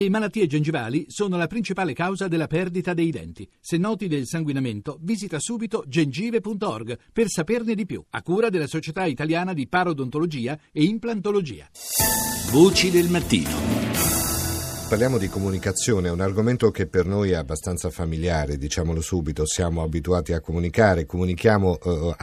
Le malattie gengivali sono la principale causa della perdita dei denti. Se noti del sanguinamento, visita subito gengive.org per saperne di più, a cura della Società Italiana di Parodontologia e Implantologia. Voci del mattino. Parliamo di comunicazione, un argomento che per noi è abbastanza familiare, diciamolo subito, siamo abituati a comunicare, comunichiamo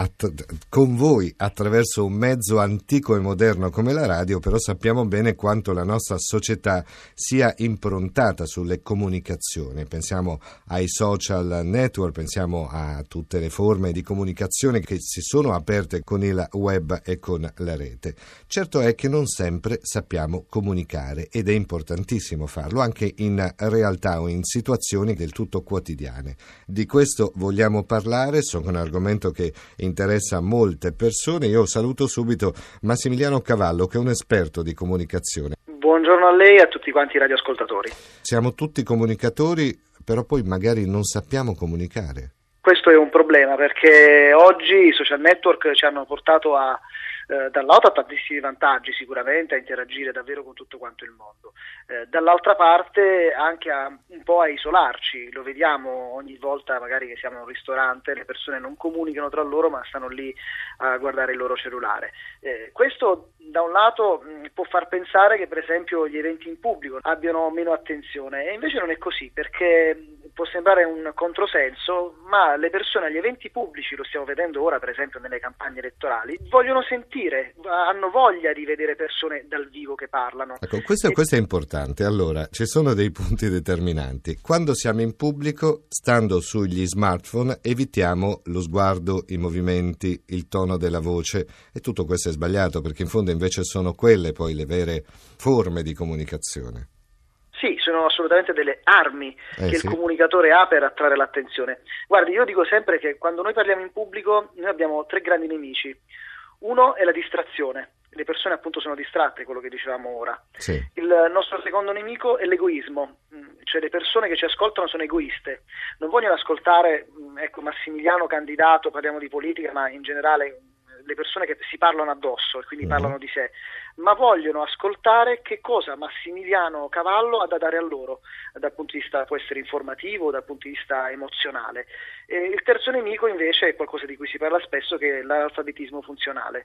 con voi attraverso un mezzo antico e moderno come la radio, però sappiamo bene quanto la nostra società sia improntata sulle comunicazioni. Pensiamo ai social network, pensiamo a tutte le forme di comunicazione che si sono aperte con il web e con la rete. Certo è che non sempre sappiamo comunicare ed è importantissimo farlo anche in realtà o in situazioni del tutto quotidiane. Di questo vogliamo parlare, sono un argomento che interessa molte persone. Io saluto subito Massimiliano Cavallo, che è un esperto di comunicazione. Buongiorno a lei e a tutti quanti i radioascoltatori. Siamo tutti comunicatori, però poi magari non sappiamo comunicare. Questo è un problema perché oggi i social network ci hanno portato da un lato a tantissimi vantaggi sicuramente, a interagire davvero con tutto quanto il mondo, dall'altra parte anche un po' a isolarci. Lo vediamo ogni volta magari che siamo in un ristorante, le persone non comunicano tra loro ma stanno lì a guardare il loro cellulare. Questo da un lato può far pensare che per esempio gli eventi in pubblico abbiano meno attenzione, e invece non è così, perché può sembrare un controsenso, ma le persone agli eventi pubblici, lo stiamo vedendo ora per esempio nelle campagne elettorali, vogliono sentire, hanno voglia di vedere persone dal vivo che parlano. Ecco, questo è importante. Allora, ci sono dei punti determinanti. Quando siamo in pubblico, stando sugli smartphone, evitiamo lo sguardo, i movimenti, il tono della voce, e tutto questo è sbagliato, perché in fondo invece sono quelle poi le vere forme di comunicazione. Sì, sono assolutamente delle armi che il comunicatore ha per attrarre l'attenzione. Guardi, io dico sempre che quando noi parliamo in pubblico noi abbiamo 3 grandi nemici. Uno è la distrazione. Le persone appunto sono distratte, quello che dicevamo ora. Sì. Il nostro secondo nemico è l'egoismo, cioè le persone che ci ascoltano sono egoiste, non vogliono ascoltare, Massimiliano candidato, parliamo di politica, ma in generale le persone che si parlano addosso e quindi parlano di sé, ma vogliono ascoltare che cosa Massimiliano Cavallo ha da dare a loro, dal punto di vista, può essere informativo, dal punto di vista emozionale. Il terzo nemico invece è qualcosa di cui si parla spesso, che è l'analfabetismo funzionale.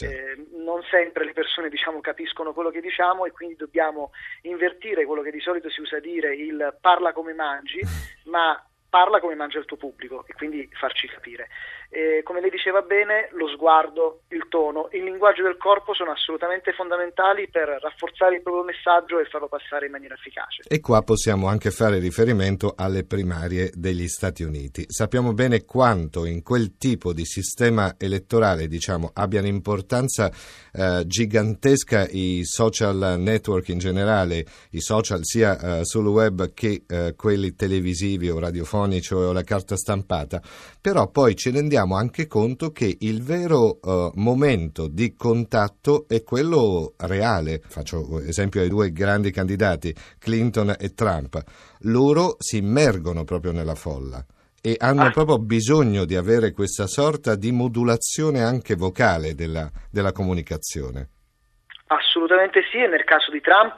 Non sempre le persone capiscono quello che diciamo, e quindi dobbiamo invertire quello che di solito si usa dire, il parla come mangi, ma parla come mangia il tuo pubblico, e quindi farci capire. Come lei diceva bene, lo sguardo, il tono, il linguaggio del corpo sono assolutamente fondamentali per rafforzare il proprio messaggio e farlo passare in maniera efficace. E qua possiamo anche fare riferimento alle primarie degli Stati Uniti. Sappiamo bene quanto in quel tipo di sistema elettorale, abbiano importanza gigantesca i social network in generale, i social sia sul web che quelli televisivi o radiofonici o la carta stampata, però poi ci rendiamo anche conto che il vero momento di contatto è quello reale. Faccio esempio ai 2 grandi candidati, Clinton e Trump. Loro si immergono proprio nella folla e hanno proprio bisogno di avere questa sorta di modulazione anche vocale della comunicazione. Assolutamente sì, e nel caso di Trump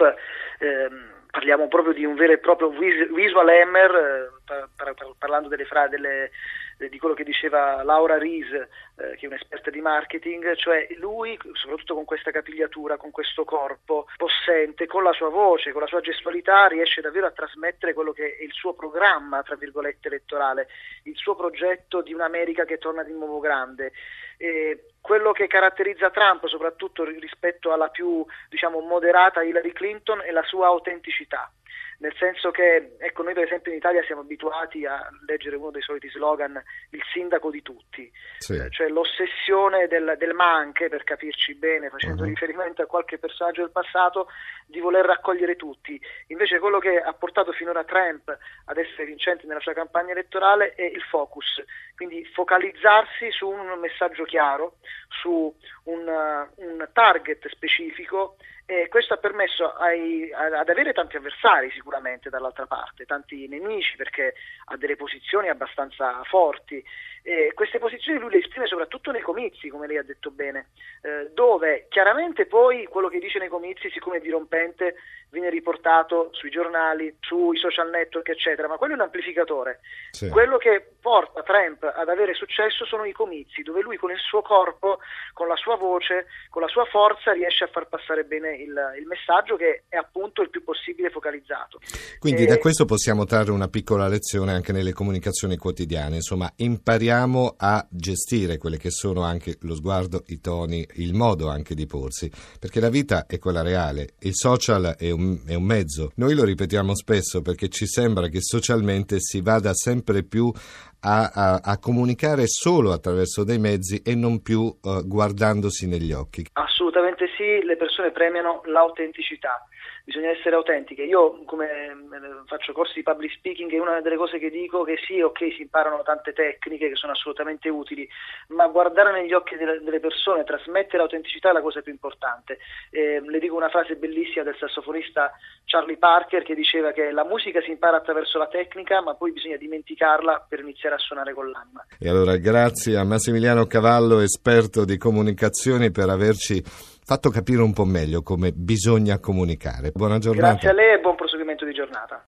parliamo proprio di un vero e proprio visual hammer, parlando di quello che diceva Laura Rees, che è un'esperta di marketing, cioè lui, soprattutto con questa capigliatura, con questo corpo possente, con la sua voce, con la sua gestualità, riesce davvero a trasmettere quello che è il suo programma, tra virgolette, elettorale, il suo progetto di un'America che torna di nuovo grande. Quello che caratterizza Trump, soprattutto rispetto alla più, moderata Hillary Clinton, è la sua autenticità. Nel senso che, noi per esempio in Italia siamo abituati a leggere uno dei soliti slogan, il sindaco di tutti, cioè l'ossessione del ma anche, per capirci bene, facendo riferimento a qualche personaggio del passato, di voler raccogliere tutti. Invece quello che ha portato finora Trump ad essere vincente nella sua campagna elettorale è il focus, quindi focalizzarsi su un messaggio chiaro, su un target specifico, e questo ha permesso ad avere tanti avversari sicuramente dall'altra parte, tanti nemici, perché ha delle posizioni abbastanza forti. Queste posizioni lui le esprime soprattutto nei comizi, come lei ha detto bene, dove chiaramente poi quello che dice nei comizi, siccome è dirompente, viene riportato sui giornali, sui social network, eccetera, ma quello è un amplificatore. Sì. Quello che porta Trump ad avere successo sono i comizi, dove lui con il suo corpo, con la sua voce, con la sua forza riesce a far passare bene il messaggio, che è appunto il più possibile focalizzato. Quindi da questo possiamo trarre una piccola lezione anche nelle comunicazioni quotidiane, insomma impariamo a gestire quelle che sono anche lo sguardo, i toni, il modo anche di porsi, perché la vita è quella reale, il social è un mezzo, noi lo ripetiamo spesso perché ci sembra che socialmente si vada sempre più a comunicare solo attraverso dei mezzi e non più guardandosi negli occhi. Assolutamente sì, le persone premiano l'autenticità, bisogna essere autentiche. Io, come faccio corsi di public speaking, è una delle cose che dico che sì, ok, si imparano tante tecniche che sono assolutamente utili, ma guardare negli occhi delle persone, trasmettere l'autenticità è la cosa più importante. Le dico una frase bellissima del sassofonista Charlie Parker, che diceva che la musica si impara attraverso la tecnica, ma poi bisogna dimenticarla per iniziare a suonare con l'anima. E allora grazie a Massimiliano Cavallo, esperto di comunicazioni, per averci fatto capire un po' meglio come bisogna comunicare. Buona giornata. Grazie a lei e buon proseguimento di giornata.